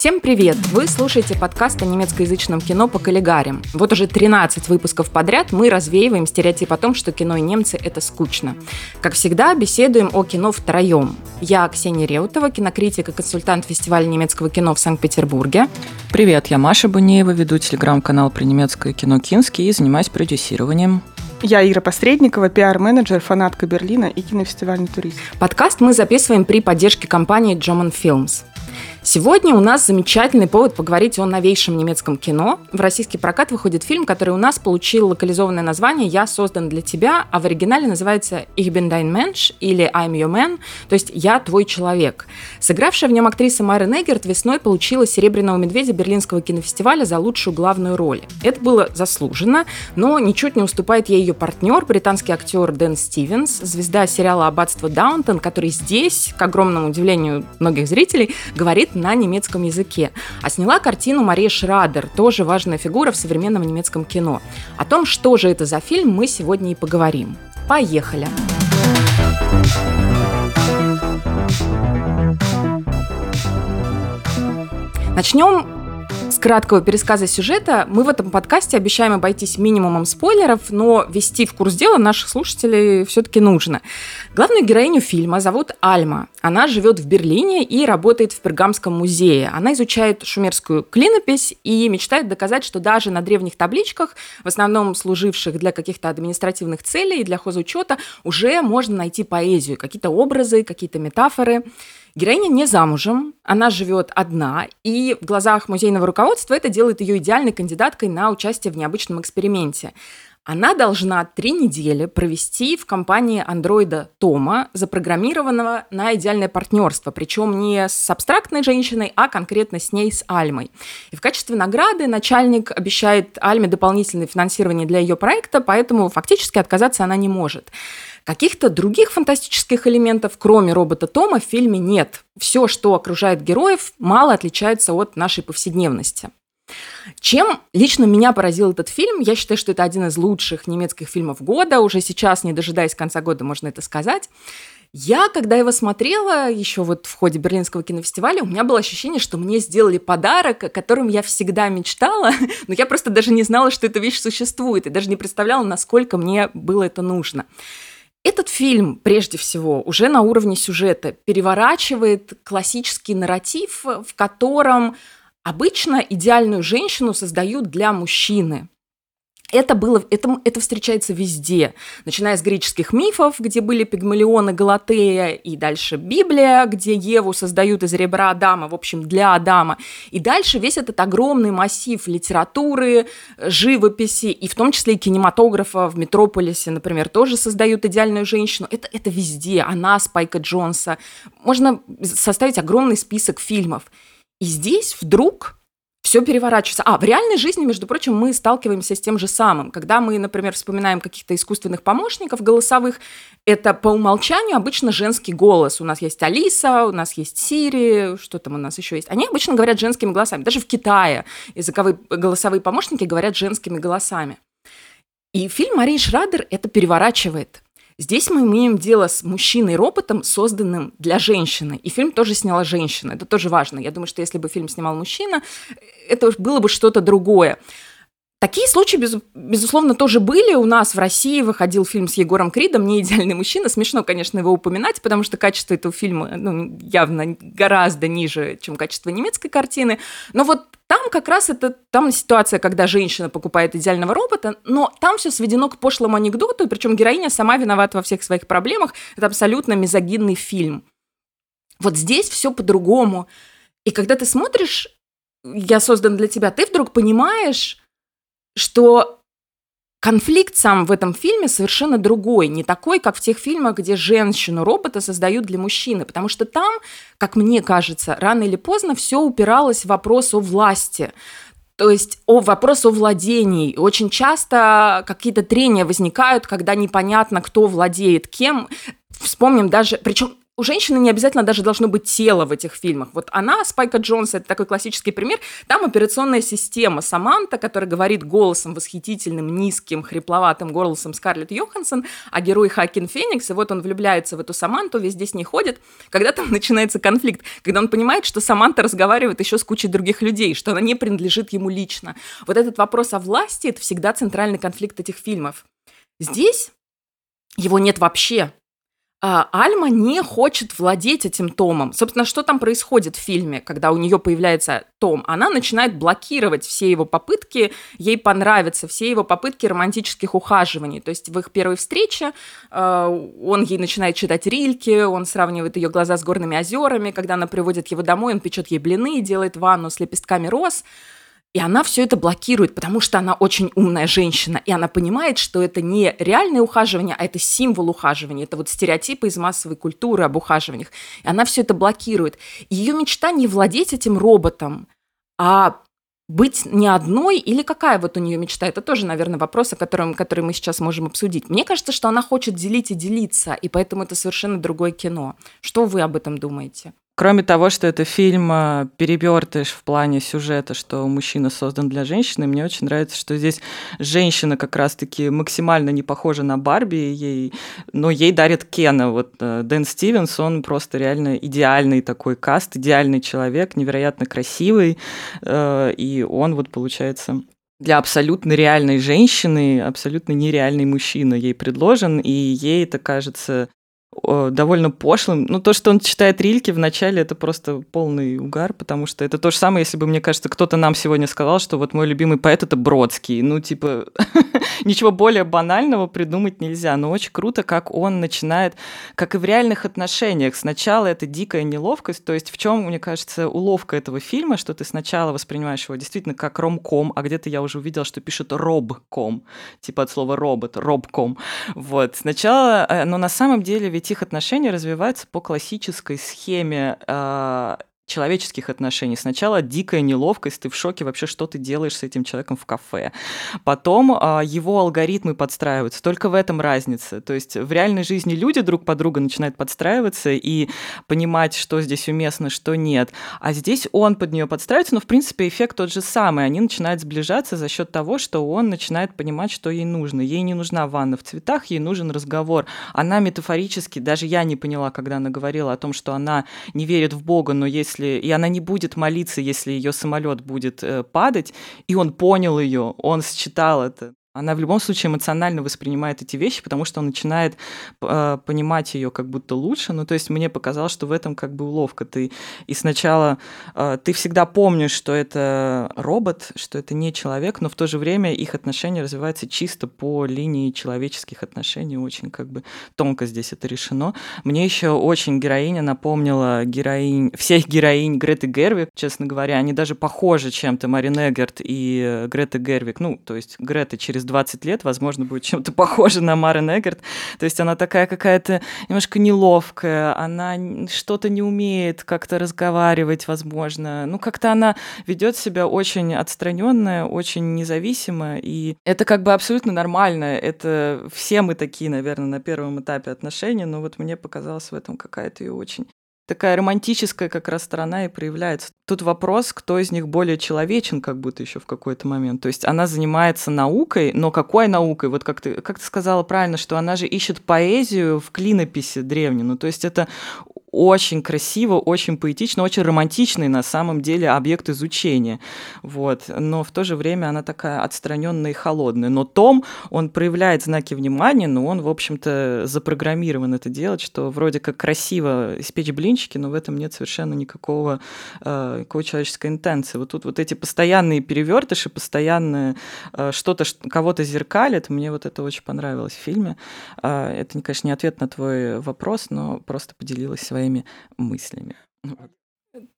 Всем привет! Вы слушаете подкаст о немецкоязычном кино по Каллигаре. Вот уже 13 выпусков подряд мы развеиваем стереотип о том, что кино и немцы – это скучно. Как всегда, беседуем о кино втроем. Я Ксения Реутова, кинокритик и консультант фестиваля немецкого кино в Санкт-Петербурге. Привет, я Маша Бунеева, веду телеграм-канал про немецкое кино «Кинский» и занимаюсь продюсированием. Я Ира Посредникова, пиар-менеджер, фанатка Берлина и кинофестивальный турист. Подкаст мы записываем при поддержке компании German Films. Сегодня у нас замечательный повод поговорить о новейшем немецком кино. В российский прокат выходит фильм, который у нас получил локализованное название «Я создан для тебя», а в оригинале называется «Ich bin dein Mensch» или «I'm your man», то есть «Я твой человек». Сыгравшая в нем актриса Майра Негерт весной получила «Серебряного медведя» Берлинского кинофестиваля за лучшую главную роль. Это было заслуженно, но ничуть не уступает ей ее партнер, британский актер Дэн Стивенс, звезда сериала «Аббатство Даунтон», который здесь, к огромному удивлению многих зрителей, говорит на немецком языке. А сняла картину Мария Шрадер, тоже важная фигура в современном немецком кино. О том, что же это за фильм, мы сегодня и поговорим. Поехали! Начнем с краткого пересказа сюжета. Мы в этом подкасте обещаем обойтись минимумом спойлеров, но ввести в курс дела наших слушателей все-таки нужно. Главную героиню фильма зовут Альма. Она живет в Берлине и работает в Пергамском музее. Она изучает шумерскую клинопись и мечтает доказать, что даже на древних табличках, в основном служивших для каких-то административных целей и для хозучета, уже можно найти поэзию, какие-то образы, какие-то метафоры. Героиня не замужем, она живет одна, и в глазах музейного руководства это делает ее идеальной кандидаткой на участие в необычном эксперименте. Она должна 3 недели провести в компании андроида Тома, запрограммированного на идеальное партнерство, причем не с абстрактной женщиной, а конкретно с ней, с Альмой. И в качестве награды начальник обещает Альме дополнительное финансирование для ее проекта, поэтому фактически отказаться она не может. Каких-то других фантастических элементов, кроме робота Тома, в фильме нет. Все, что окружает героев, мало отличается от нашей повседневности. Чем лично меня поразил этот фильм? Я считаю, что это один из лучших немецких фильмов года. Уже сейчас, не дожидаясь конца года, можно это сказать. Я, когда его смотрела, еще вот в ходе Берлинского кинофестиваля, у меня было ощущение, что мне сделали подарок, о котором я всегда мечтала, но я просто даже не знала, что эта вещь существует, и даже не представляла, насколько мне было это нужно. Этот фильм, прежде всего, уже на уровне сюжета переворачивает классический нарратив, в котором обычно идеальную женщину создают для мужчины. Это встречается везде, начиная с греческих мифов, где были Пигмалионы, Галатея, и дальше Библия, где Еву создают из ребра Адама, в общем, для Адама. И дальше весь этот огромный массив литературы, живописи, и в том числе и кинематографа в Метрополисе, например, тоже создают идеальную женщину. Это везде. Она, Спайка Джонса. Можно составить огромный список фильмов. И здесь вдруг все переворачивается. В реальной жизни, между прочим, мы сталкиваемся с тем же самым. Когда мы, например, вспоминаем каких-то искусственных помощников голосовых, это по умолчанию обычно женский голос. У нас есть Алиса, у нас есть Сири, что там у нас еще есть. Они обычно говорят женскими голосами. Даже в Китае языковые голосовые помощники говорят женскими голосами. И фильм Марии Шрадер это переворачивает. Здесь мы имеем дело с мужчиной-роботом, созданным для женщины. И фильм тоже сняла женщина. Это тоже важно. Я думаю, что если бы фильм снимал мужчина, это было бы что-то другое. Такие случаи, безусловно, тоже были. У нас в России выходил фильм с Егором Кридом «Не идеальный мужчина». Смешно, конечно, его упоминать, потому что качество этого фильма явно гораздо ниже, чем качество немецкой картины. Но вот там как раз там ситуация, когда женщина покупает идеального робота, но там все сведено к пошлому анекдоту, и причем героиня сама виновата во всех своих проблемах. Это абсолютно мизогинный фильм. Вот здесь все по-другому. И когда ты смотришь «Я создан для тебя», ты вдруг понимаешь, что конфликт сам в этом фильме совершенно другой, не такой, как в тех фильмах, где женщину-робота создают для мужчины, потому что там, как мне кажется, рано или поздно все упиралось в вопрос о власти, то есть вопрос о владении. Очень часто какие-то трения возникают, когда непонятно, кто владеет кем. Вспомним даже, причем у женщины не обязательно даже должно быть тело в этих фильмах. Вот она, Спайка Джонс, это такой классический пример. Там операционная система Саманта, которая говорит голосом восхитительным, низким, хрипловатым голосом Скарлетт Йоханссон, а герой Хоакин Феникс, и вот он влюбляется в эту Саманту, везде с ней ходит. Когда там начинается конфликт, когда он понимает, что Саманта разговаривает еще с кучей других людей, что она не принадлежит ему лично. Вот этот вопрос о власти – это всегда центральный конфликт этих фильмов. Здесь его нет вообще. Альма не хочет владеть этим Томом. Собственно, что там происходит в фильме, когда у нее появляется Том? Она начинает блокировать все его попытки ей понравиться, все его попытки романтических ухаживаний. То есть в их первой встрече он ей начинает читать Рильке, он сравнивает ее глаза с горными озерами. Когда она приводит его домой, он печет ей блины, делает ванну с лепестками роз. И она все это блокирует, потому что она очень умная женщина, и она понимает, что это не реальное ухаживание, а это символ ухаживания, это вот стереотипы из массовой культуры об ухаживаниях. И она все это блокирует. Ее мечта не владеть этим роботом, а быть не одной, или какая вот у нее мечта? Это тоже, наверное, вопрос, который мы сейчас можем обсудить. Мне кажется, что она хочет делить и делиться, и поэтому это совершенно другое кино. Что вы об этом думаете? Кроме того, что это фильм перевертыш в плане сюжета, что мужчина создан для женщины, мне очень нравится, что здесь женщина как раз-таки максимально не похожа на Барби, но ей дарит Кена. Вот Дэн Стивенс, он просто реально идеальный такой каст, идеальный человек, невероятно красивый, и он вот получается... Для абсолютно реальной женщины абсолютно нереальный мужчина ей предложен, и ей это кажется довольно пошлым. Ну, то, что он читает Рильке в начале, это просто полный угар, потому что это то же самое, если бы, мне кажется, кто-то нам сегодня сказал, что вот мой любимый поэт — это Бродский. Ну, типа, ничего более банального придумать нельзя. Но очень круто, как он начинает, как и в реальных отношениях. Сначала это дикая неловкость, то есть в чем, мне кажется, уловка этого фильма, что ты сначала воспринимаешь его действительно как ромком, а где-то я уже увидела, что пишут робком, типа от слова робот, робком. Вот. Сначала, но на самом деле ведь их отношения развиваются по классической схеме человеческих отношений. Сначала дикая неловкость, ты в шоке вообще, что ты делаешь с этим человеком в кафе. Потом его алгоритмы подстраиваются. Только в этом разница. То есть в реальной жизни люди друг под друга начинают подстраиваться и понимать, что здесь уместно, что нет. А здесь он под нее подстраивается, но в принципе эффект тот же самый. Они начинают сближаться за счет того, что он начинает понимать, что ей нужно. Ей не нужна ванна в цветах, ей нужен разговор. Она метафорически, даже я не поняла, когда она говорила о том, что она не верит в Бога, но и она не будет молиться, если ее самолет будет падать, и он понял ее, он считал это. Она в любом случае эмоционально воспринимает эти вещи, потому что он начинает понимать ее как будто лучше. Ну, то есть мне показалось, что в этом как бы уловка. И сначала ты всегда помнишь, что это робот, что это не человек, но в то же время их отношения развиваются чисто по линии человеческих отношений. Очень как бы тонко здесь это решено. Мне еще очень героиня напомнила всех героинь Греты Гервиг, честно говоря. Они даже похожи чем-то, Марин Эггерт и Грета Гервиг. Ну, то есть Грета через 20 лет, возможно, будет чем-то похожа на Марин Эггерт. То есть она такая какая-то немножко неловкая, она что-то не умеет как-то разговаривать, возможно. Ну, как-то она ведет себя очень отстраненная, очень независимо, и это как бы абсолютно нормально. Это все мы такие, наверное, на первом этапе отношений, но вот мне показалось в этом какая-то ее очень такая романтическая как раз сторона и проявляется. Тут вопрос, кто из них более человечен, как будто еще в какой-то момент. То есть она занимается наукой, но какой наукой? Вот как ты сказала правильно, что она же ищет поэзию в клинописи древней. Ну, то есть это очень красиво, очень поэтично, очень романтичный на самом деле объект изучения. Вот. Но в то же время она такая отстраненная и холодная. Но Том, он проявляет знаки внимания, но он, в общем-то, запрограммирован это делать, что вроде как красиво испечь блинчики, но в этом нет совершенно никакой человеческой интенции. Вот тут вот эти постоянные перевертыши, постоянное что-то кого-то зеркалит, мне вот это очень понравилось в фильме. Это, конечно, не ответ на твой вопрос, но просто поделилась своими мыслями.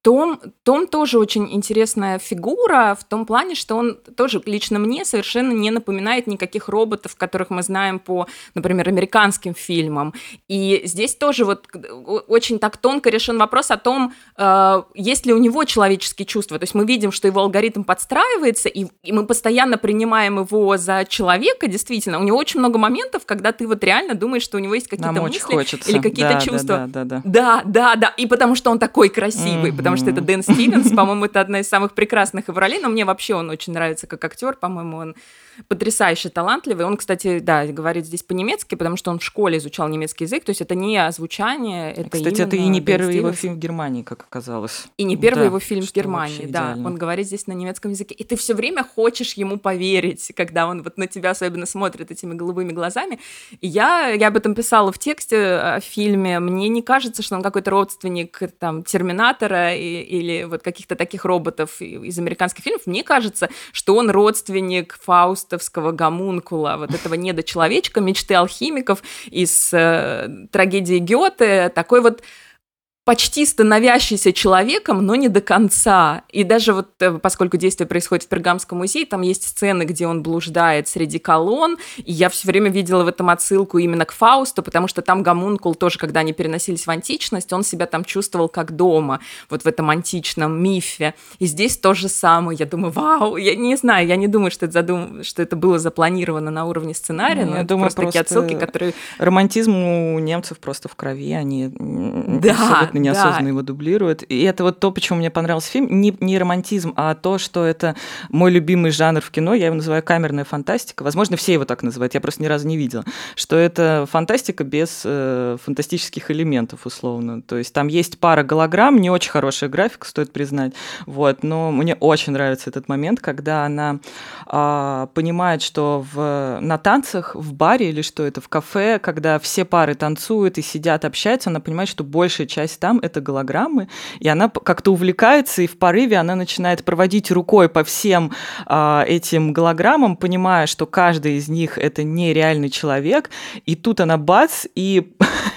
Том тоже очень интересная фигура в том плане, что он тоже лично мне совершенно не напоминает никаких роботов, которых мы знаем по, например, американским фильмам. И здесь тоже вот очень так тонко решен вопрос о том, есть ли у него человеческие чувства. То есть мы видим, что его алгоритм подстраивается, и мы постоянно принимаем его за человека, действительно. У него очень много моментов, когда ты вот реально думаешь, что у него есть какие-то мысли или какие-то чувства. Да. И потому что он такой красивый, потому что это Дэн Стивенс, по-моему, это одна из самых прекрасных его ролей, но мне вообще он очень нравится как актер, по-моему, он потрясающе талантливый. Он, кстати, да, говорит здесь по-немецки, потому что он в школе изучал немецкий язык, то есть это не озвучание, это кстати, это и не первый его фильм в Германии, как оказалось. И не первый его фильм в Германии, да. Он говорит здесь на немецком языке, и ты все время хочешь ему поверить, когда он вот на тебя особенно смотрит этими голубыми глазами. И я об этом писала в тексте о фильме. Мне не кажется, что он какой-то родственник там Терминатора или вот каких-то таких роботов из американских фильмов. Мне кажется, что он родственник фаустовского гомункула, вот этого недочеловечка, мечты алхимиков из трагедии Гёте, такой вот почти становящийся человеком, но не до конца. И даже вот поскольку действие происходит в Пергамском музее, там есть сцены, где он блуждает среди колонн, и я все время видела в этом отсылку именно к Фаусту, потому что там гомункул тоже, когда они переносились в античность, он себя там чувствовал как дома, вот в этом античном мифе. И здесь то же самое. Я думаю, вау, я не знаю, я не думаю, что это было запланировано на уровне сценария, но это просто такие отсылки, которые... Романтизм у немцев просто в крови, они абсолютно неосознанно его дублируют. И это вот то, почему мне понравился фильм. Не романтизм, а то, что это мой любимый жанр в кино. Я его называю камерная фантастика. Возможно, все его так называют, я просто ни разу не видела. Что это фантастика без фантастических элементов, условно. То есть там есть пара голограмм, не очень хорошая графика, стоит признать. Вот. Но мне очень нравится этот момент, когда она понимает, что на танцах, в баре или что это, в кафе, когда все пары танцуют и сидят, общаются, она понимает, что большая часть там это голограммы, и она как-то увлекается, и в порыве она начинает проводить рукой по всем этим голограммам, понимая, что каждый из них это нереальный человек, и тут она бац, и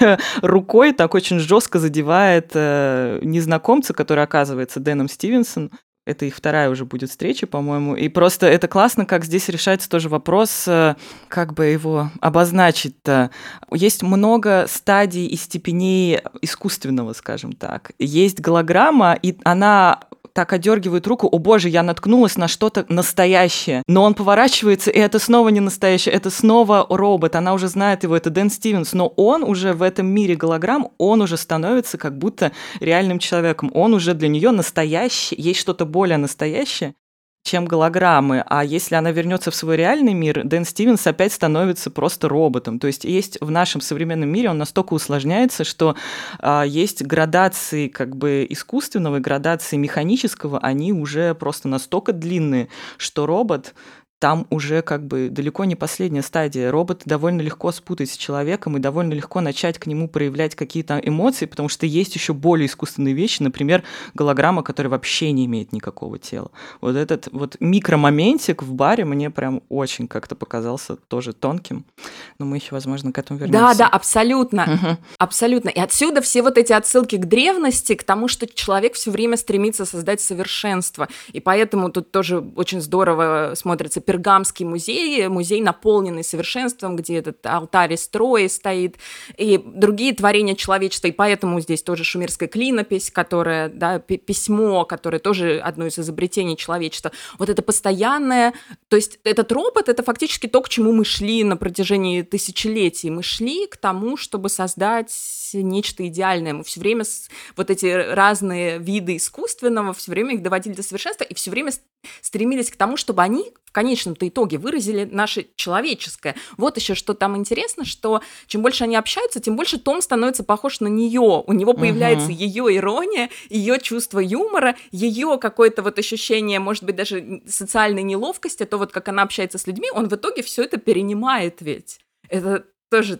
рукой так очень жестко задевает незнакомца, который оказывается Дэном Стивенсом. Это их вторая уже будет встреча, по-моему. И просто это классно, как здесь решается тоже вопрос, как бы его обозначить-то. Есть много стадий и степеней искусственного, скажем так. Есть голограмма, и она так одергивает руку, о боже, я наткнулась на что-то настоящее. Но он поворачивается, и это снова не настоящее, это снова робот, она уже знает его, это Дэн Стивенс, но он уже в этом мире голограмм, он уже становится как будто реальным человеком, он уже для нее настоящий, есть что-то более настоящее, чем голограммы. А если она вернется в свой реальный мир, Дэн Стивенс опять становится просто роботом. То есть в нашем современном мире он настолько усложняется, что есть градации как бы искусственного и градации механического, они уже просто настолько длинные, что робот там уже как бы далеко не последняя стадия. Робот довольно легко спутать с человеком и довольно легко начать к нему проявлять какие-то эмоции, потому что есть еще более искусственные вещи, например, голограмма, которая вообще не имеет никакого тела. Вот этот вот микромоментик в баре мне прям очень как-то показался тоже тонким, но мы еще, возможно, к этому вернемся. Да, абсолютно. Абсолютно. И отсюда все вот эти отсылки к древности, к тому, что человек все время стремится создать совершенство. И поэтому тут тоже очень здорово смотрится Пергамский музей, наполненный совершенством, где этот алтарь из Трои стоит, и другие творения человечества. И поэтому здесь тоже шумерская клинопись, которая, да, письмо, которое тоже одно из изобретений человечества. Вот это постоянное... То есть этот робот — это фактически то, к чему мы шли на протяжении тысячелетий. Мы шли к тому, чтобы создать нечто идеальное. Мы все время вот эти разные виды искусственного, все время их доводили до совершенства и все время стремились к тому, чтобы они в конечном-то итоге выразили наше человеческое. Вот еще что там интересно, что чем больше они общаются, тем больше Том становится похож на нее. У него появляется ее ирония, ее чувство юмора, ее какое-то вот ощущение, может быть, даже социальной неловкости, то вот как она общается с людьми, он в итоге все это перенимает ведь. Это тоже так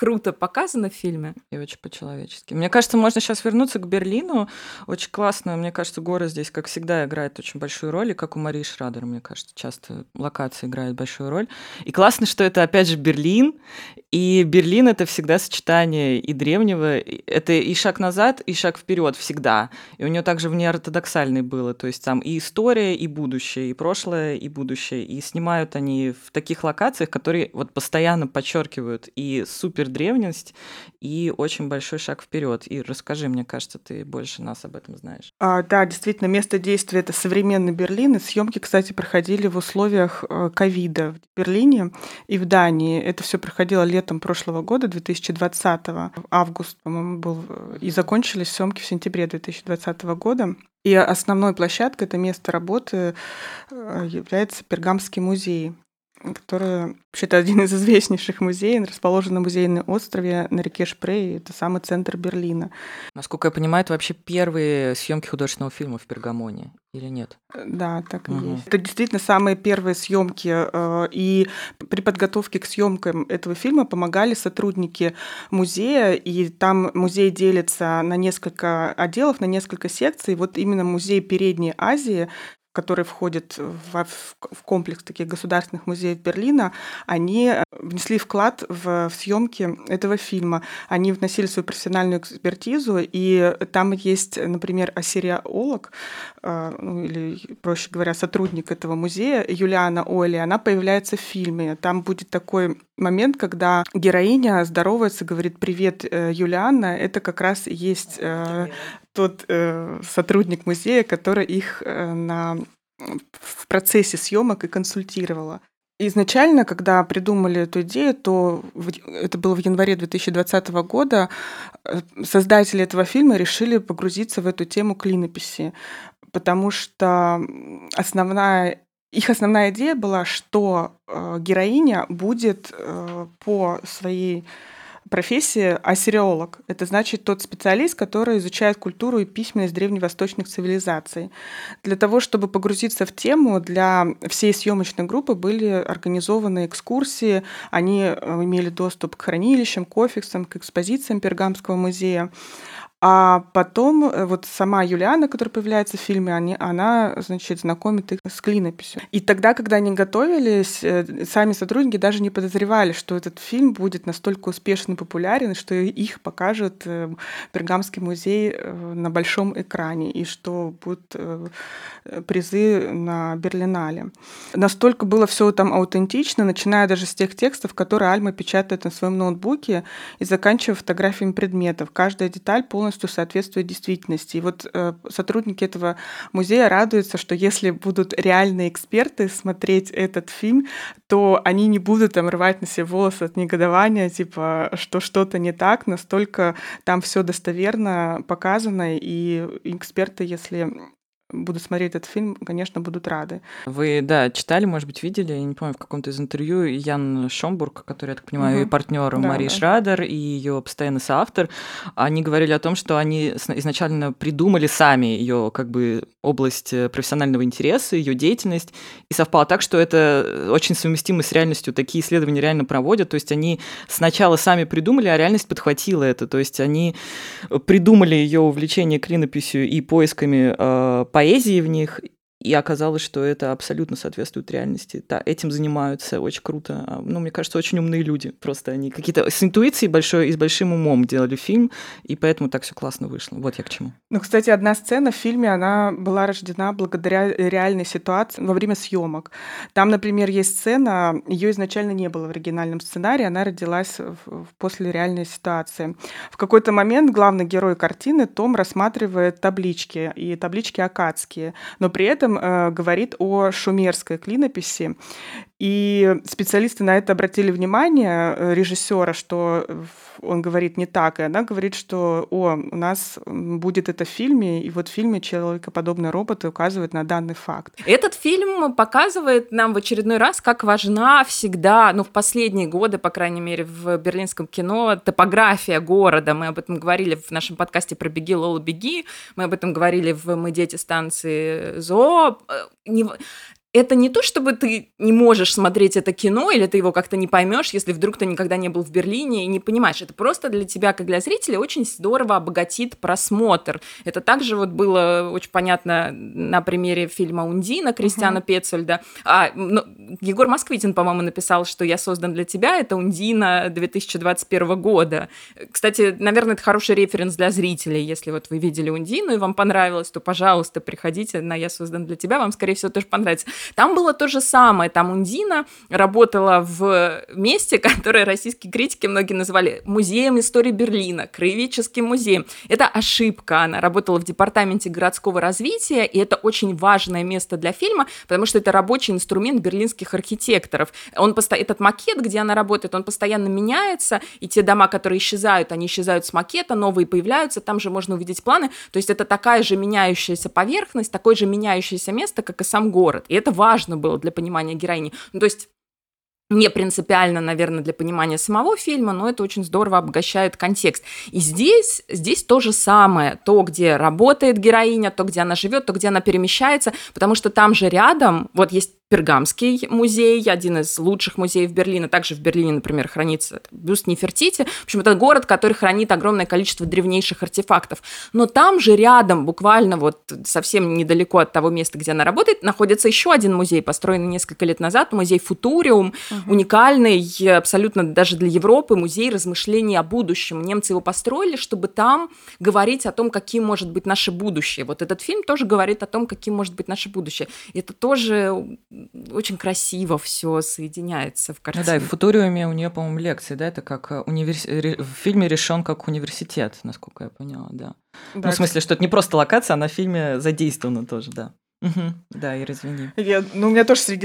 круто показано в фильме. И очень по-человечески. Мне кажется, можно сейчас вернуться к Берлину. Очень классно. Мне кажется, город здесь, как всегда, играет очень большую роль. И как у Марии Шрадер, мне кажется, часто локация играет большую роль. И классно, что это, опять же, Берлин. И Берлин — это всегда сочетание и древнего. Это и шаг назад, и шаг вперед всегда. И у нее также в неортодоксальной было. То есть там и история, и будущее, и прошлое, и будущее. И снимают они в таких локациях, которые вот постоянно подчеркивают и супер древность, и очень большой шаг вперед. И расскажи, мне кажется, ты больше нас об этом знаешь. Да, действительно, место действия — это современный Берлин. И съемки, кстати, проходили в условиях ковида в Берлине и в Дании. Это все проходило летом прошлого года, 2020-го. Август, по-моему, был. И закончились съемки в сентябре 2020 года. И основной площадкой, это место работы, является Пергамский музей, который, вообще-то, один из известнейших музеев, расположен на музейном острове на реке Шпрей. Это самый центр Берлина. Насколько я понимаю, это вообще первые съемки художественного фильма в Пергамоне, или нет? Да, так и есть. Это действительно самые первые съемки, и при подготовке к съемкам этого фильма помогали сотрудники музея, и там музей делится на несколько отделов, на несколько секций. Вот именно музей Передней Азии, который входит в комплекс таких государственных музеев Берлина, они внесли вклад в съемки этого фильма. Они вносили свою профессиональную экспертизу, и там есть, например, асириолог, или, проще говоря, сотрудник этого музея, Юлиана Ойли, она появляется в фильме. Там будет такой момент, когда героиня здоровается, говорит: «Привет, Юлиана». Это как раз и есть тот сотрудник музея, который их в процессе съемок и консультировала. Изначально, когда придумали эту идею, то это было в январе 2020 года, создатели этого фильма решили погрузиться в эту тему клинописи, потому что их основная идея была, что героиня будет по своей профессия ассириолог. Это значит тот специалист, который изучает культуру и письменность древневосточных цивилизаций. Для того, чтобы погрузиться в тему, для всей съемочной группы были организованы экскурсии, они имели доступ к хранилищам, к офисам, к экспозициям Пергамского музея. А потом вот сама Юлиана, которая появляется в фильме, она, значит, знакомит их с клинописью. И тогда, когда они готовились, сами сотрудники даже не подозревали, что этот фильм будет настолько успешен и популярен, что их покажет Пергамский музей на большом экране, и что будут призы на Берлинале. Настолько было все там аутентично, начиная даже с тех текстов, которые Альма печатает на своем ноутбуке, и заканчивая фотографиями предметов. Каждая деталь полностью соответствует действительности. И вот сотрудники этого музея радуются, что если будут реальные эксперты смотреть этот фильм, то они не будут там рвать на себе волосы от негодования, типа, что что-то не так, настолько там все достоверно показано, и эксперты, если будут смотреть этот фильм, конечно, будут рады. Вы, да, читали, может быть, видели, я не помню, в каком-то из интервью Ян Шомбург, который, я так понимаю, ее партнер Марии Шрадер и ее постоянный соавтор, они говорили о том, что они изначально придумали сами ее как бы область профессионального интереса, ее деятельность, и совпало так, что это очень совместимо с реальностью, такие исследования реально проводят, то есть они сначала сами придумали, а реальность подхватила это, то есть они придумали ее увлечение клинописью и поисками поэзии в них, и оказалось, что это абсолютно соответствует реальности. Да, этим занимаются, очень круто. Ну, мне кажется, очень умные люди. Просто они какие-то с интуицией большой и с большим умом делали фильм, и поэтому так все классно вышло. Вот я к чему. Ну, кстати, одна сцена в фильме, она была рождена благодаря реальной ситуации во время съемок. Там, например, есть сцена, ее изначально не было в оригинальном сценарии, она родилась после реальной ситуации. В какой-то момент главный герой картины, Том, рассматривает таблички, и таблички аккадские, но при этом говорит о шумерской клинописи. И специалисты на это обратили внимание режиссера, что он говорит не так, и она говорит, что у нас будет это в фильме, и вот в фильме человекоподобные роботы указывают на данный факт. Этот фильм показывает нам в очередной раз, как важна всегда, ну, в последние годы, по крайней мере, в берлинском кино, топография города. Мы об этом говорили в нашем подкасте про «Беги, Лола, беги», мы об этом говорили в «Мы дети» станции ЗОО. это не то, чтобы ты не можешь смотреть это кино, или ты его как-то не поймешь, если вдруг ты никогда не был в Берлине и не понимаешь. Это просто для тебя, как для зрителя, очень здорово обогатит просмотр. Это также вот было очень понятно на примере фильма «Ундина» Кристиана Петцольда. Егор Москвитин, по-моему, написал, что «Я создан для тебя». Это «Ундина» 2021 года. Кстати, наверное, это хороший референс для зрителей. Если вот вы видели «Ундину» и вам понравилось, то, пожалуйста, приходите на «Я создан для тебя». Вам, скорее всего, тоже понравится. Там было то же самое. Там Ундина работала в месте, которое российские критики многие называли музеем истории Берлина, краеведческим музеем. Это ошибка. Она работала в департаменте городского развития, и это очень важное место для фильма, потому что это рабочий инструмент берлинских архитекторов. Этот макет, где она работает, он постоянно меняется, и те дома, которые исчезают, они исчезают с макета, новые появляются, там же можно увидеть планы. То есть это такая же меняющаяся поверхность, такое же меняющееся место, как и сам город. И это важно было для понимания героини. То есть не принципиально, наверное, для понимания самого фильма, но это очень здорово обогащает контекст. И здесь то же самое. То, где работает героиня, то, где она живет, то, где она перемещается, потому что там же рядом, вот есть Пергамский музей, один из лучших музеев Берлина. Также в Берлине, например, хранится бюст Нефертити. В общем, это город, который хранит огромное количество древнейших артефактов. Но там же рядом, буквально вот совсем недалеко от того места, где она работает, находится еще один музей, построенный несколько лет назад, музей Футуриум, уникальный абсолютно даже для Европы музей размышлений о будущем. Немцы его построили, чтобы там говорить о том, каким может быть наше будущее. Вот этот фильм тоже говорит о том, каким может быть наше будущее. И это тоже очень красиво все соединяется в картине. Ну да, и в Футуриуме у нее, по-моему, лекции, да, это как в фильме решен как университет, насколько я поняла, да. Да, Ну, в смысле, что это не просто локация, она в фильме задействована тоже, да. Да, Ира, извини. У меня тоже среди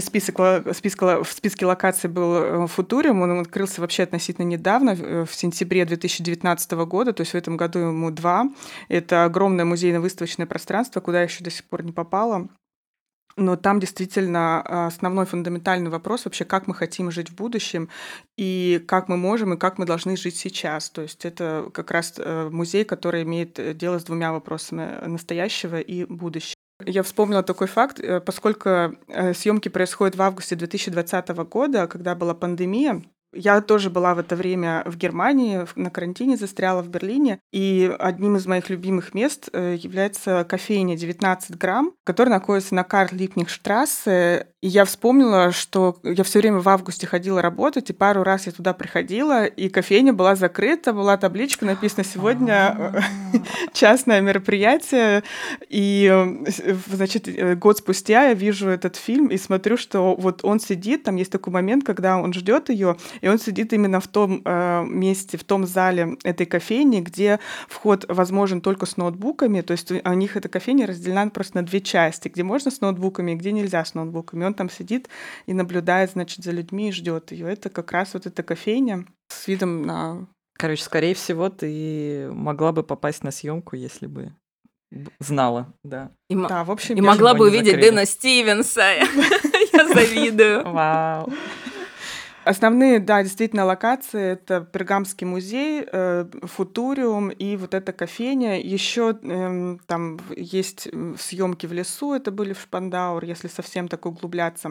в списке локаций был Футуриум, он открылся вообще относительно недавно, в сентябре 2019 года, то есть в этом году ему 2. Это огромное музейно-выставочное пространство, куда я еще до сих пор не попала. Но там действительно основной фундаментальный вопрос вообще, как мы хотим жить в будущем, и как мы можем, и как мы должны жить сейчас. То есть это как раз музей, который имеет дело с двумя вопросами настоящего и будущего. Я вспомнила такой факт, поскольку съемки происходят в августе 2020 года, когда была пандемия. Я тоже была в это время в Германии, на карантине, застряла в Берлине. И одним из моих любимых мест является кофейня 19 грамм, которая находится на Карл-Липкнехт-штрассе. И я вспомнила, что я все время в августе ходила работать, и пару раз я туда приходила, и кофейня была закрыта, была табличка, написано «Сегодня частное мероприятие». И, значит, год спустя я вижу этот фильм и смотрю, что вот он сидит, там есть такой момент, когда он ждет ее, и он сидит именно в том месте, в том зале этой кофейни, где вход возможен только с ноутбуками. То есть у них эта кофейня разделена просто на две части, где можно с ноутбуками, и где нельзя с ноутбуками. Он там сидит и наблюдает, значит, за людьми и ждет ее. Это как раз вот эта кофейня с видом на... Короче, скорее всего, ты могла бы попасть на съемку, если бы знала, да. Да, в общем, и могла бы увидеть Дэна Стивенса. Я завидую. Вау. Основные, да, действительно, локации — это Пергамский музей, Футуриум и вот эта кофейня. Еще там есть съемки в лесу, это были в Шпандауэр, если совсем так углубляться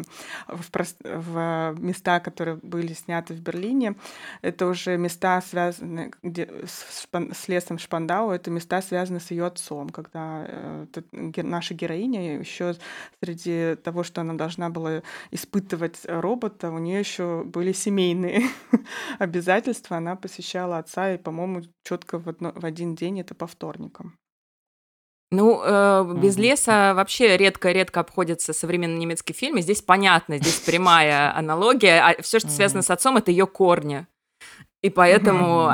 в места, которые были сняты в Берлине. Это уже места, связанные с лесом Шпандау, это места, связанные с ее отцом, когда наша героиня еще среди того, что она должна была испытывать робота, у нее еще были семейные обязательства. Она посещала отца, и, по-моему, четко в один день, это по вторникам. Ну, без леса вообще редко обходятся современные немецкие фильмы. Здесь понятно, здесь прямая аналогия. А все, что связано с отцом, это ее корни. И поэтому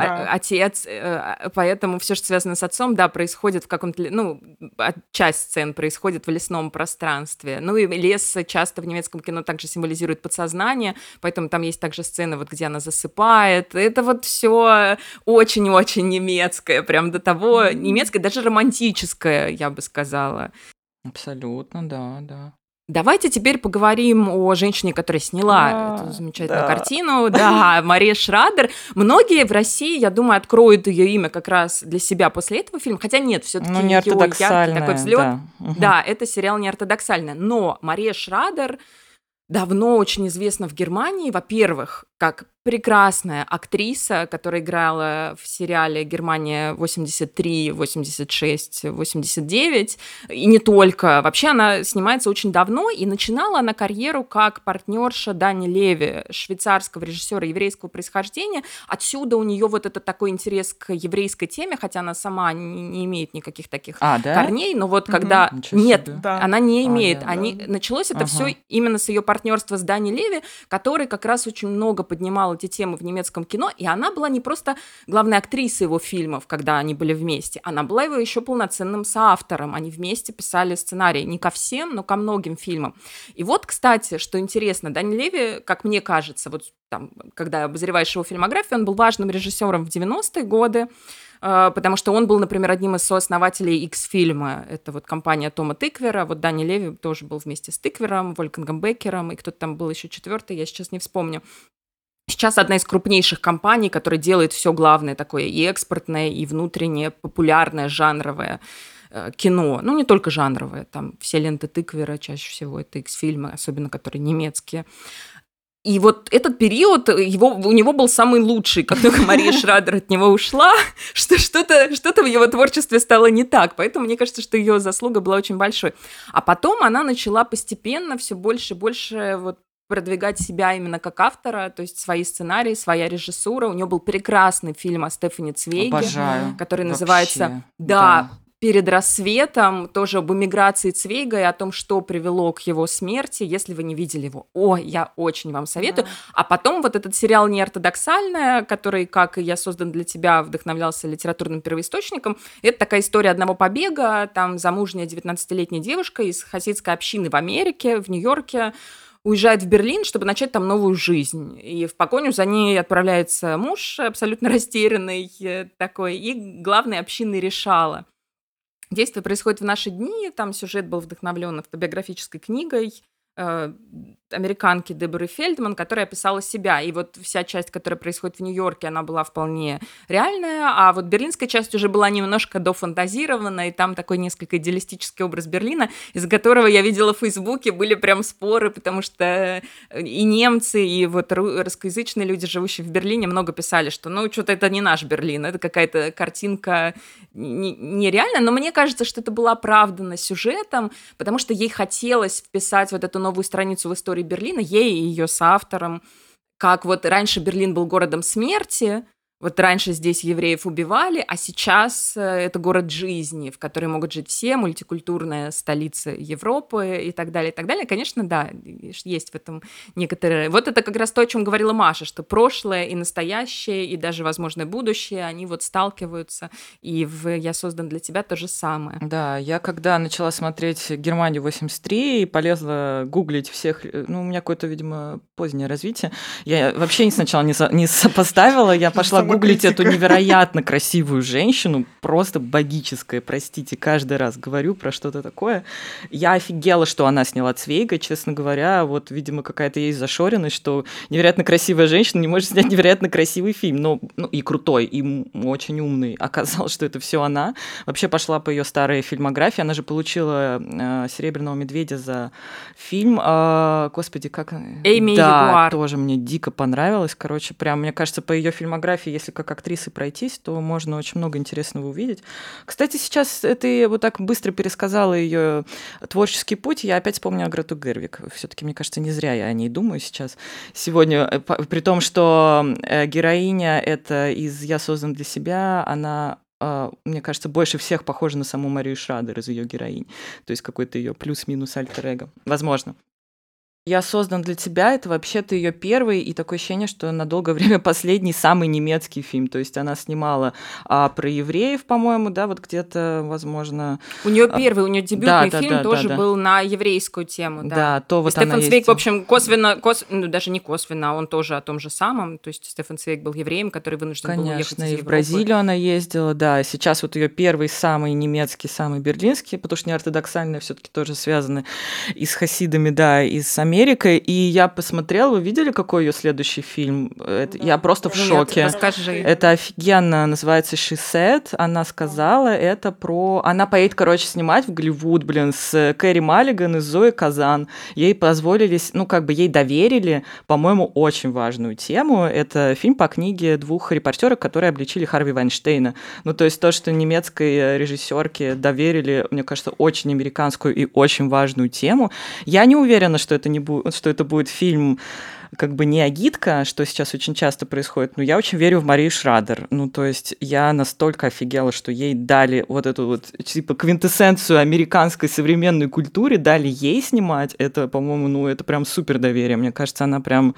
поэтому все, что связано с отцом, да, происходит в каком-то, часть сцен происходит в лесном пространстве. Ну и лес часто в немецком кино также символизирует подсознание, поэтому там есть также сцены, вот где она засыпает. Это вот все очень-очень немецкое, прям до того немецкое, даже романтическое, я бы сказала. Абсолютно, да. Давайте теперь поговорим о женщине, которая сняла эту замечательную картину. Да, Мария Шрадер. Многие в России, я думаю, откроют ее имя как раз для себя после этого фильма. Хотя нет, все-таки ее яркий такой взлет. Да, это сериал неортодоксальный. Но Мария Шрадер давно очень известна в Германии, во-первых, как прекрасная актриса, которая играла в сериале «Германия 83, 86, 89», и не только. Вообще она снимается очень давно, и начинала она карьеру как партнерша Дани Леви, швейцарского режиссера еврейского происхождения. Отсюда у нее вот этот такой интерес к еврейской теме, хотя она сама не имеет никаких таких корней, но вот когда... Нет, она не имеет. Началось это все именно с ее партнерства с Дани Леви, который как раз очень много поднимал эти темы в немецком кино, и она была не просто главной актрисой его фильмов, когда они были вместе, она была его еще полноценным соавтором, они вместе писали сценарий не ко всем, но ко многим фильмам. И вот, кстати, что интересно, Дани Леви, как мне кажется, вот там, когда обозреваешь его фильмографию, он был важным режиссером в 90-е годы, потому что он был, например, одним из сооснователей X-фильма. Это вот компания Тома Тыквера. Вот Дани Леви тоже был вместе с Тыквером, Вольфгангом Беккером, и кто-то там был еще четвертый, я сейчас не вспомню. Сейчас одна из крупнейших компаний, которая делает все главное такое и экспортное, и внутреннее, популярное, жанровое кино. Ну, не только жанровое, там все ленты Тыквера, чаще всего это X-фильмы, особенно которые немецкие. И вот этот период у него был самый лучший, как только Мария Шрадер от него ушла, что-то в его творчестве стало не так. Поэтому мне кажется, что ее заслуга была очень большой. А потом она начала постепенно все больше и больше вот продвигать себя именно как автора, то есть свои сценарии, своя режиссура. У нее был прекрасный фильм о Стефани Цвейге, который называется «Перед рассветом», тоже об эмиграции Цвейга и о том, что привело к его смерти. Если вы не видели его, я очень вам советую. А потом вот этот сериал «Неортодоксальная», который, как и «Я создан для тебя», вдохновлялся литературным первоисточником. Это такая история одного побега. Там замужняя 19-летняя девушка из хасидской общины в Америке, в Нью-Йорке, уезжает в Берлин, чтобы начать там новую жизнь. И в погоню за ней отправляется муж, абсолютно растерянный такой, и главный общинный решала. Действие происходит в наши дни, там сюжет был вдохновлен автобиографической книгой американки Деборы Фельдман, которая описала себя. И вот вся часть, которая происходит в Нью-Йорке, она была вполне реальная, а вот берлинская часть уже была немножко дофантазирована, и там такой несколько идеалистический образ Берлина, из которого я видела в Фейсбуке, были прям споры, потому что и немцы, и вот русскоязычные люди, живущие в Берлине, много писали, что что-то это не наш Берлин, это какая-то картинка нереальная, но мне кажется, что это было оправдано сюжетом, потому что ей хотелось вписать вот эту новую страницу в истории Берлина, ей и ее соавторам, как вот раньше Берлин был городом смерти, вот раньше здесь евреев убивали, а сейчас это город жизни, в который могут жить все, мультикультурная столица Европы и так далее, и так далее. Конечно, да, есть в этом некоторые... Вот это как раз то, о чем говорила Маша, что прошлое и настоящее, и даже, возможно, будущее, они вот сталкиваются, и в «Я создан для тебя» то же самое. Да, я когда начала смотреть «Германию 83» и полезла гуглить всех... у меня какое-то, видимо, позднее развитие. Я вообще сначала не сопоставила, я пошла гуглить эту невероятно красивую женщину, просто богическая, простите, каждый раз говорю про что-то такое. Я офигела, что она сняла Цвейга, честно говоря, вот, видимо, какая-то есть зашоренность, что невероятно красивая женщина не может снять невероятно красивый фильм, но и крутой, и очень умный. Оказалось, что это все она. Вообще пошла по ее старой фильмографии, она же получила «Серебряного медведя» за фильм, господи, как... Эйми Ягуар. Тоже мне дико понравилось, короче, прям, мне кажется, по ее фильмографии, если как актрисы пройтись, то можно очень много интересного увидеть. Кстати, сейчас ты вот так быстро пересказала ее творческий путь, я опять вспомнила Грету Гервиг. Все-таки, мне кажется, не зря я о ней думаю сейчас. Сегодня, при том, что героиня это из «Я создан для себя», она, мне кажется, больше всех похожа на саму Марию Шрадер из ее героинь. То есть какой-то ее плюс-минус альтер-эго. Возможно. «Я создан для тебя» — это вообще-то ее первый и такое ощущение, что на долгое время последний самый немецкий фильм. То есть она снимала про евреев, по-моему, да, вот где-то, возможно... У нее первый, у нее дебютный фильм да, тоже да. был на еврейскую тему, да. Да, то вот Стефан она Цвейг, есть. в общем, косвенно, ну, даже не косвенно, он тоже о том же самом. То есть Стефан Цвейг был евреем, который вынужден был уехать из Конечно, и в Европы. Бразилию она ездила, да. Сейчас вот ее первый самый немецкий, самый берлинский, потому что неортодоксальные все-таки тоже связаны и с хасидами, да, и с Америкой. И я посмотрела, вы видели, какой ее следующий фильм? Я просто в шоке. Расскажи. Это офигенно, называется «She Said». Она сказала, это про... Она поедет, короче, снимать в Голливуд, с Кэрри Маллиган и Зоей Казан. Ей позволили, ну, как бы ей доверили, по-моему, очень важную тему. Это фильм по книге 2 репортеров, которые обличили Харви Вайнштейна. Ну, то есть то, что немецкой режиссерке доверили, мне кажется, очень американскую и очень важную тему. Я не уверена, что это будет фильм как бы не агитка, что сейчас очень часто происходит, но я очень верю в Марию Шрадер. Ну, то есть я настолько офигела, что ей дали вот эту вот, типа, квинтэссенцию американской современной культуры, дали ей снимать. Это, по-моему, ну, это прям супер доверие. Мне кажется, она прям...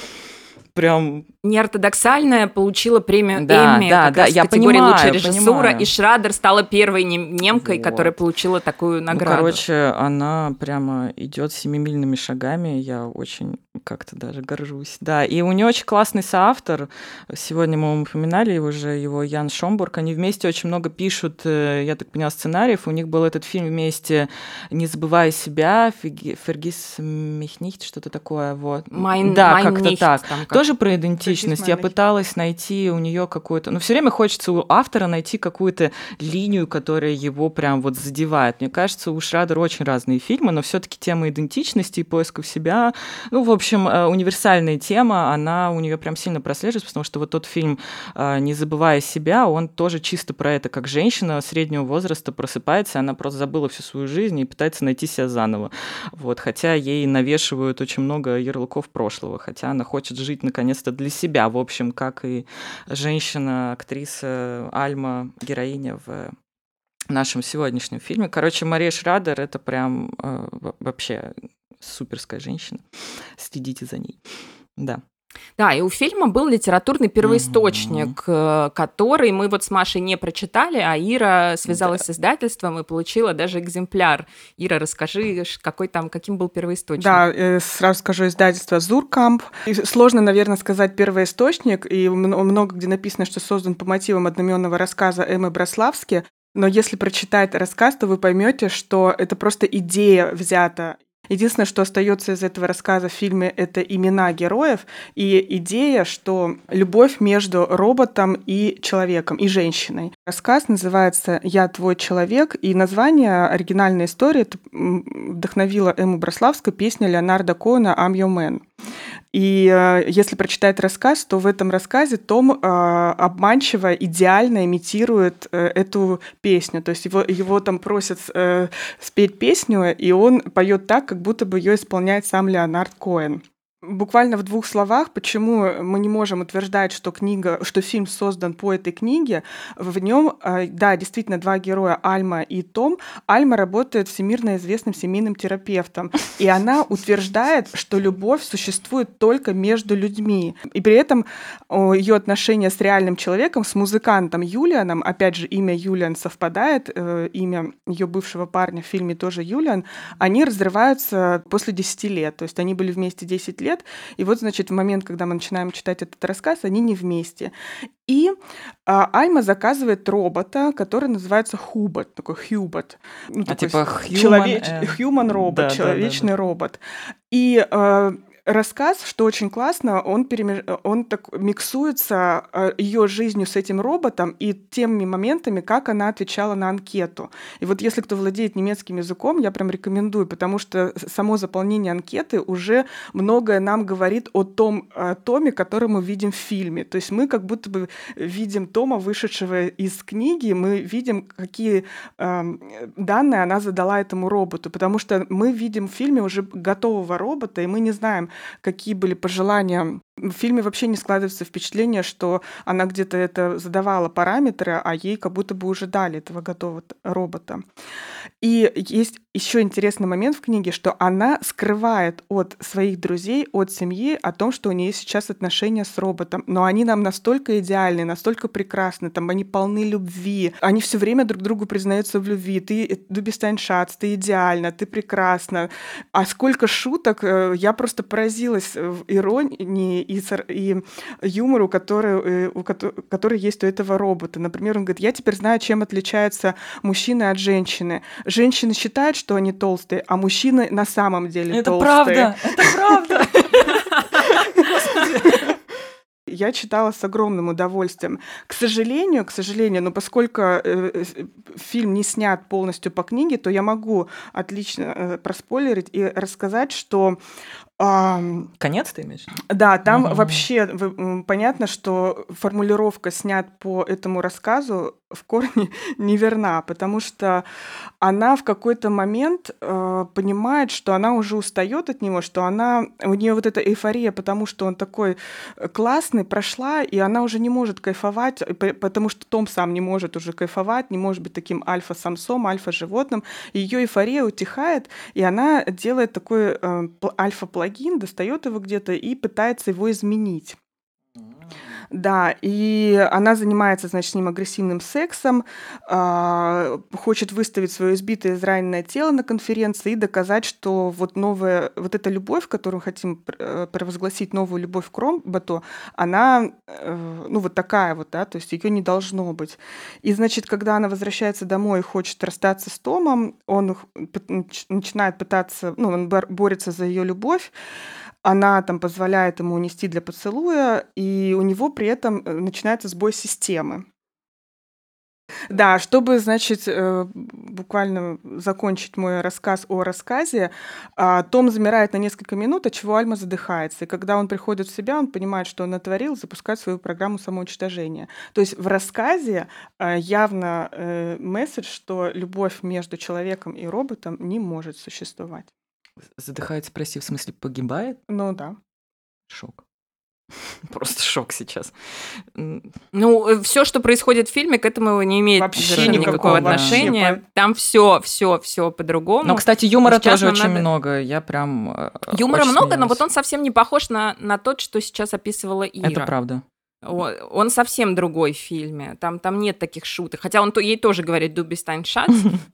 прям... Неортодоксальная получила премию Да, Эмми да, как да, раз я в категории понимаю, «Лучшая режиссура», понимаю. и Шрадер стала первой немкой, Вот. которая получила такую награду. Ну, короче, она прямо идет семимильными шагами, я очень как-то даже горжусь. Да, и у нее очень классный соавтор, сегодня мы упоминали его Ян Шомбург, они вместе очень много пишут, я так поняла, сценариев, у них был этот фильм вместе «Не забывай себя», «Vergiss mich nicht», что-то такое, вот. Да, как-то так. Тоже про идентичность. Я пыталась найти у нее какую-то... Ну, все время хочется у автора найти какую-то линию, которая его прям вот задевает. Мне кажется, у Шрадер очень разные фильмы, но все-таки тема идентичности и поисков себя, ну, в общем, универсальная тема, она у нее прям сильно прослеживается, потому что вот тот фильм «Не забывая себя», он тоже чисто про это, как женщина среднего возраста просыпается, она просто забыла всю свою жизнь и пытается найти себя заново. Вот, хотя ей навешивают очень много ярлыков прошлого, хотя она хочет жить наконец-то для себя, в общем, как и женщина, актриса Альма, героиня в нашем сегодняшнем фильме. Короче, Мария Шрадер — это прям вообще суперская женщина. Следите за ней. Да. Да, и у фильма был литературный первоисточник, который мы вот с Машей не прочитали, а Ира связалась с издательством и получила даже экземпляр. Ира, расскажи, каким был первоисточник? Да, сразу скажу, издательство «Зуркамп». И сложно, наверное, сказать первоисточник, и много где написано, что создан по мотивам одноименного рассказа Эммы Браславски, но если прочитать рассказ, то вы поймете, что это просто идея взята. Единственное, что остается из этого рассказа в фильме, это имена героев и идея, что любовь между роботом и человеком, и женщиной. Рассказ называется «Я твой человек», и название оригинальной истории вдохновила Эмму Браславскую песня Леонарда Коэна «I'm your man». И если прочитать рассказ, то в этом рассказе Том обманчиво, идеально имитирует эту песню. То есть его там просят спеть песню, и он поет так, как будто бы ее исполняет сам Леонард Коэн. Буквально в 2 словах, почему мы не можем утверждать, что фильм создан по этой книге. В нем, да, действительно, 2 героя, Альма и Том. Альма работает всемирно известным семейным терапевтом, и она утверждает, что любовь существует только между людьми. И при этом ее отношения с реальным человеком, с музыкантом Юлианом, опять же, имя Юлиан совпадает, имя ее бывшего парня в фильме тоже Юлиан, они разрываются после 10 лет. То есть они были вместе 10 лет, и вот, значит, в момент, когда мы начинаем читать этот рассказ, они не вместе. И Альма заказывает робота, который называется Хубот, такой Хьюбот. Ну, такой типа human робот, да, человечный робот. И рассказ, что очень классно, он так миксуется ее жизнью с этим роботом и теми моментами, как она отвечала на анкету. И вот если кто владеет немецким языком, я прям рекомендую, потому что само заполнение анкеты уже многое нам говорит о том Томе, который мы видим в фильме. То есть мы как будто бы видим Тома, вышедшего из книги, мы видим, какие данные она задала этому роботу, потому что мы видим в фильме уже готового робота, и мы не знаем, какие были пожелания В фильме вообще не складывается впечатление, что она где-то это задавала параметры, а ей как будто бы уже дали этого готового робота. И есть еще интересный момент в книге, что она скрывает от своих друзей, от семьи о том, что у нее сейчас отношения с роботом. Но они нам настолько идеальны, настолько прекрасны, там они полны любви. Они все время друг другу признаются в любви. Ты Дубистайн-Шац, ты идеальна, ты прекрасна. А сколько шуток, я просто поразилась в иронии и юмору, который есть у этого робота. Например, он говорит, я теперь знаю, чем отличаются мужчины от женщины. Женщины считают, что они толстые, а мужчины на самом деле толстые. Это правда. Я читала с огромным удовольствием. К сожалению, но поскольку фильм не снят полностью по книге, то я могу отлично проспойлерить и рассказать, что конец ты имеешь? Да, там вообще понятно, что формулировка «снят по этому рассказу» в корне неверна, потому что она в какой-то момент понимает, что она уже устает от него, что у нее вот эта эйфория, потому что он такой классный, прошла, и она уже не может кайфовать, потому что Том сам не может уже кайфовать, не может быть таким альфа-самцом, альфа-животным. Ее эйфория утихает, и она делает такой альфа-плагин, достает его где-то и пытается его изменить. Да, и она занимается, значит, с ним агрессивным сексом, хочет выставить свое избитое, израненное тело на конференции и доказать, что вот эта любовь, которую хотим провозгласить, новую любовь к роботу, она, вот такая вот, да, то есть ее не должно быть. И, значит, когда она возвращается домой и хочет расстаться с Томом, он начинает пытаться, он борется за ее любовь, она там позволяет ему унести для поцелуя, и у него при этом начинается сбой системы. Да, чтобы, значит, буквально закончить мой рассказ о рассказе, Том замирает на несколько минут, отчего Альма задыхается. И когда он приходит в себя, он понимает, что он натворил, запускает свою программу самоуничтожения. То есть в рассказе явно месседж, что любовь между человеком и роботом не может существовать. Задыхается, прости, в смысле погибает? Ну да. Шок. Просто шок сейчас. Все, что происходит в фильме, к этому не имеет вообще никакого отношения. Вообще. Там все по-другому. Но, кстати, юмора сейчас тоже очень надо... много. Я прям Юмора очень много, смеялась. но вот он совсем не похож на тот, что сейчас описывала Ира. Это правда. Он совсем другой в фильме. Там нет таких шуток. Хотя он ей тоже говорит «Дубистайн-Шац»,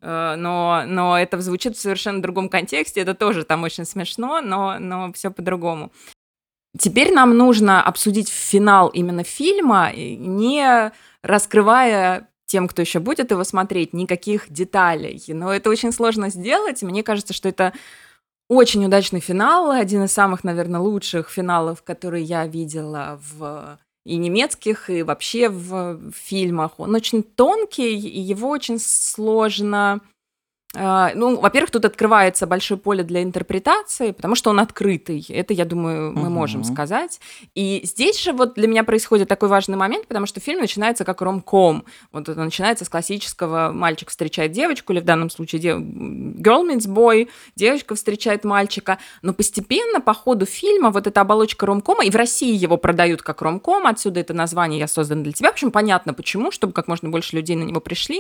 но это звучит в совершенно другом контексте. Это тоже там очень смешно, но все по-другому. Теперь нам нужно обсудить финал именно фильма, не раскрывая тем, кто еще будет его смотреть, никаких деталей. Но это очень сложно сделать. Мне кажется, что это очень удачный финал, один из самых, наверное, лучших финалов, которые я видела в и немецких, и вообще в фильмах. Он очень тонкий, и его очень сложно... во-первых, тут открывается большое поле для интерпретации, потому что он открытый. Это, я думаю, мы можем сказать. И здесь же вот для меня происходит такой важный момент, потому что фильм начинается как ромком. Вот это начинается с классического «мальчик встречает девочку», или в данном случае «girl meets boy», девочка встречает мальчика. Но постепенно по ходу фильма вот эта оболочка ромкома, и в России его продают как ромком, отсюда это название «Я создан для тебя». В общем, понятно почему, чтобы как можно больше людей на него пришли.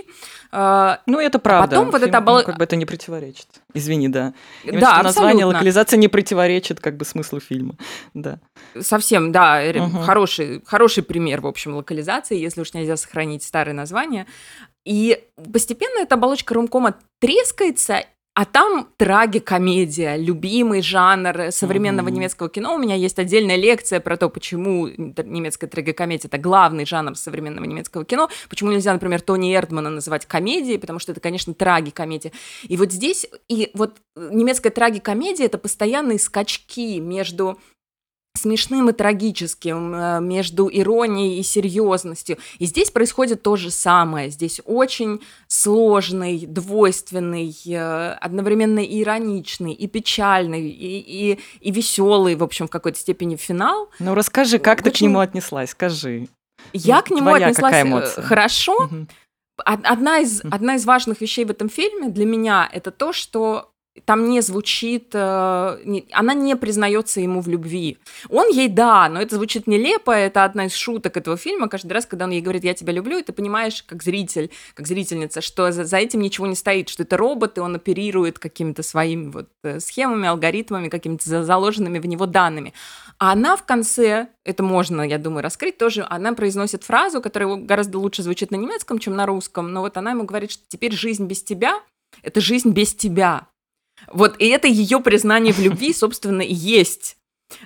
Это правда. Потом вот эта оболочка... Как бы это не противоречит. Извини, да. Да, название локализация не противоречит как бы смыслу фильма. Да. Совсем, да. Хороший пример, в общем, локализации, если уж нельзя сохранить старые названия. И постепенно эта оболочка ромкома трескается, а там трагикомедия, любимый жанр современного немецкого кино. У меня есть отдельная лекция про то, почему немецкая трагикомедия – это главный жанр современного немецкого кино, почему нельзя, например, Тони Эрдмана называть комедией, потому что это, конечно, трагикомедия. И вот здесь, немецкая трагикомедия – это постоянные скачки между смешным и трагическим, между иронией и серьезностью. И здесь происходит то же самое. Здесь очень сложный, двойственный, одновременно и ироничный, и печальный, и веселый, в общем, в какой-то степени финал. Расскажи, как ты к нему отнеслась, скажи. Я к нему отнеслась хорошо. Угу. Одна из важных вещей в этом фильме для меня – это то, что там не звучит, она не признается ему в любви. Он ей да, но это звучит нелепо, это одна из шуток этого фильма. Каждый раз, когда он ей говорит «я тебя люблю», и ты понимаешь, как зритель, как зрительница, что за этим ничего не стоит, что это робот, и он оперирует какими-то своими вот схемами, алгоритмами, какими-то заложенными в него данными. А она в конце, это можно, я думаю, раскрыть тоже, она произносит фразу, которая гораздо лучше звучит на немецком, чем на русском, но вот она ему говорит, что теперь жизнь без тебя – это жизнь без тебя. Вот, и это ее признание в любви, собственно, и есть.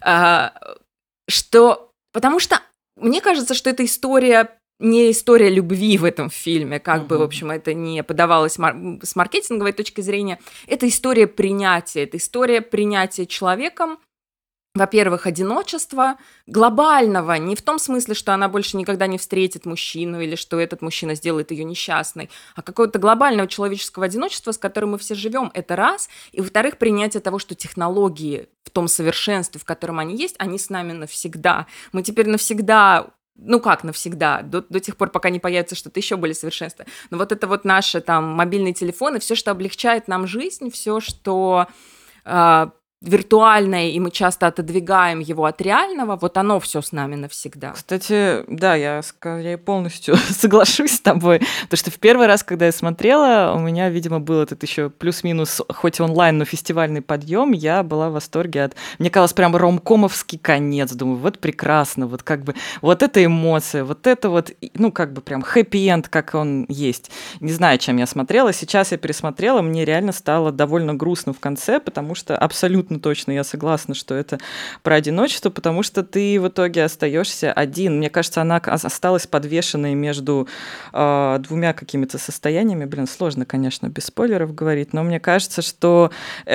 Потому что мне кажется, что эта история не история любви в этом фильме, как бы, в общем, это не подавалось с маркетинговой точки зрения. Это история принятия человеком, во-первых, одиночества глобального, не в том смысле, что она больше никогда не встретит мужчину или что этот мужчина сделает ее несчастной, а какого-то глобального человеческого одиночества, с которым мы все живем, это раз. И, во-вторых, принятие того, что технологии в том совершенстве, в котором они есть, они с нами навсегда. Мы теперь навсегда... Ну как навсегда, до тех пор, пока не появится что-то еще более совершенство. Но вот это вот наши там мобильные телефоны, все, что облегчает нам жизнь, все, что виртуальное, и мы часто отодвигаем его от реального, вот оно все с нами навсегда. Кстати, да, я полностью соглашусь с тобой, потому что в первый раз, когда я смотрела, у меня, видимо, был этот еще плюс-минус, хоть и онлайн, но фестивальный подъем, я была в восторге от... Мне казалось, прям ромкомовский конец, думаю, вот прекрасно, вот как бы, вот эта эмоция, вот это вот, ну, как бы прям хэппи-энд, как он есть. Не знаю, чем я смотрела, сейчас я пересмотрела, мне реально стало довольно грустно в конце, потому что абсолютно точно я согласна, что это про одиночество, потому что ты в итоге остаешься один. Мне кажется, она осталась подвешенной между двумя какими-то состояниями. Блин, сложно, конечно, без спойлеров говорить, но мне кажется, что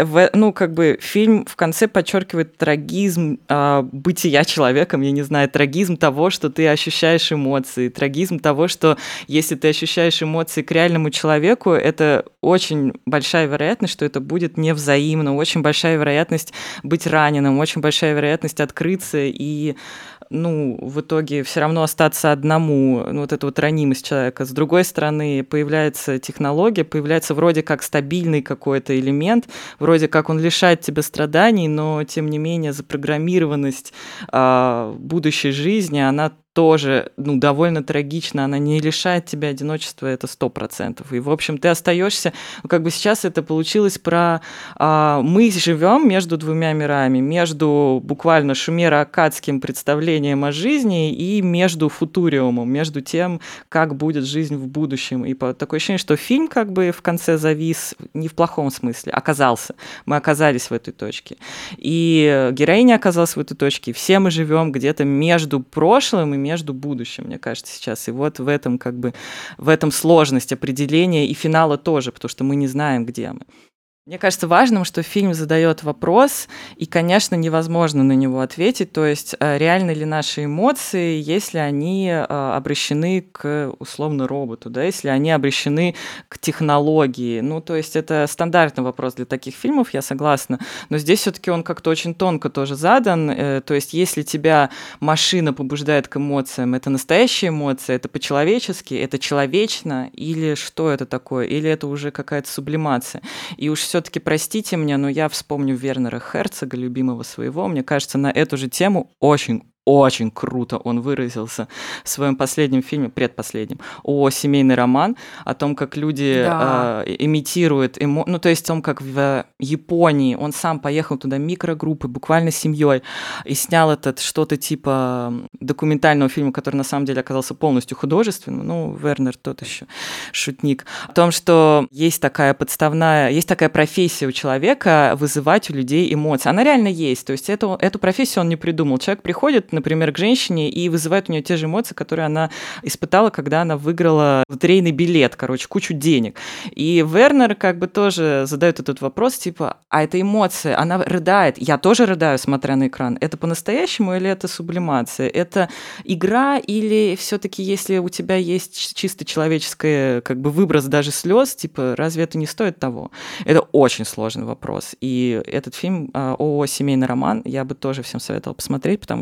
фильм в конце подчеркивает трагизм бытия человеком, я не знаю, трагизм того, что ты ощущаешь эмоции, трагизм того, что если ты ощущаешь эмоции к реальному человеку, это очень большая вероятность, что это будет невзаимно, очень большая вероятность быть раненым, очень большая вероятность открыться и, в итоге все равно остаться одному, вот эта вот ранимость человека. С другой стороны, появляется технология, появляется вроде как стабильный какой-то элемент, вроде как он лишает тебя страданий, но, тем не менее, запрограммированность будущей жизни, она тоже, довольно трагично, она не лишает тебя одиночества, это 100%. И, в общем, ты остаешься, сейчас это получилось про... мы живем между двумя мирами, между буквально шумеро-аккадским представлением о жизни и между футуриумом, между тем, как будет жизнь в будущем. И такое ощущение, что фильм в конце завис не в плохом смысле, оказался. Мы оказались в этой точке. И героиня оказалась в этой точке. И все мы живем где-то между прошлым и между будущим, мне кажется, сейчас. И вот в этом в этом сложность определения и финала тоже, потому что мы не знаем, где мы. Мне кажется важным, что фильм задает вопрос, и, конечно, невозможно на него ответить, то есть реальны ли наши эмоции, если они обращены к, условно, роботу, да, если они обращены к технологии. То есть это стандартный вопрос для таких фильмов, я согласна, но здесь все-таки он как-то очень тонко тоже задан, то есть если тебя машина побуждает к эмоциям, это настоящие эмоции, это по-человечески, это человечно, или что это такое, или это уже какая-то сублимация. И уж все-таки простите мне, но я вспомню Вернера Херцога, любимого своего. Мне кажется, на эту же тему очень круто он выразился в своем последнем фильме, предпоследнем, о семейный роман, о том, как люди имитируют то есть о том, как в Японии он сам поехал туда микрогруппы, буквально семьей, и снял этот что-то типа документального фильма, который на самом деле оказался полностью художественным. Вернер тот еще шутник. О том, что есть такая профессия у человека вызывать у людей эмоции. Она реально есть. То есть эту профессию он не придумал. Человек приходит, например, к женщине и вызывает у нее те же эмоции, которые она испытала, когда она выиграла лотерейный билет, кучу денег. И Вернер тоже задает этот вопрос, а эта эмоция, она рыдает. Я тоже рыдаю, смотря на экран. Это по-настоящему или это сублимация? Это игра или все-таки, если у тебя есть чисто человеческое, выброс даже слез, разве это не стоит того? Это очень сложный вопрос. И этот фильм о семейный роман я бы тоже всем советовала посмотреть, потому что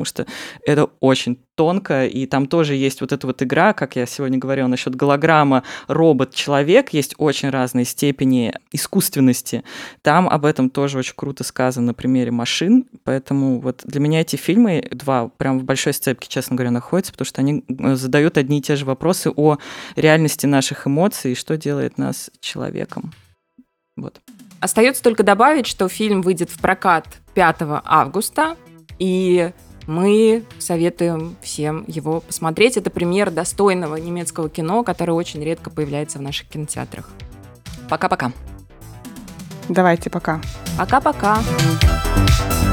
это очень тонко, и там тоже есть вот эта вот игра, как я сегодня говорила насчет голограмма робот-человек, есть очень разные степени искусственности. Там об этом тоже очень круто сказано на примере машин, поэтому вот для меня эти фильмы два прям в большой сцепке, честно говоря, находятся, потому что они задают одни и те же вопросы о реальности наших эмоций и что делает нас человеком. Вот. Остается только добавить, что фильм выйдет в прокат 5 августа, и мы советуем всем его посмотреть. Это пример достойного немецкого кино, которое очень редко появляется в наших кинотеатрах. Пока-пока. Давайте, пока. Пока-пока.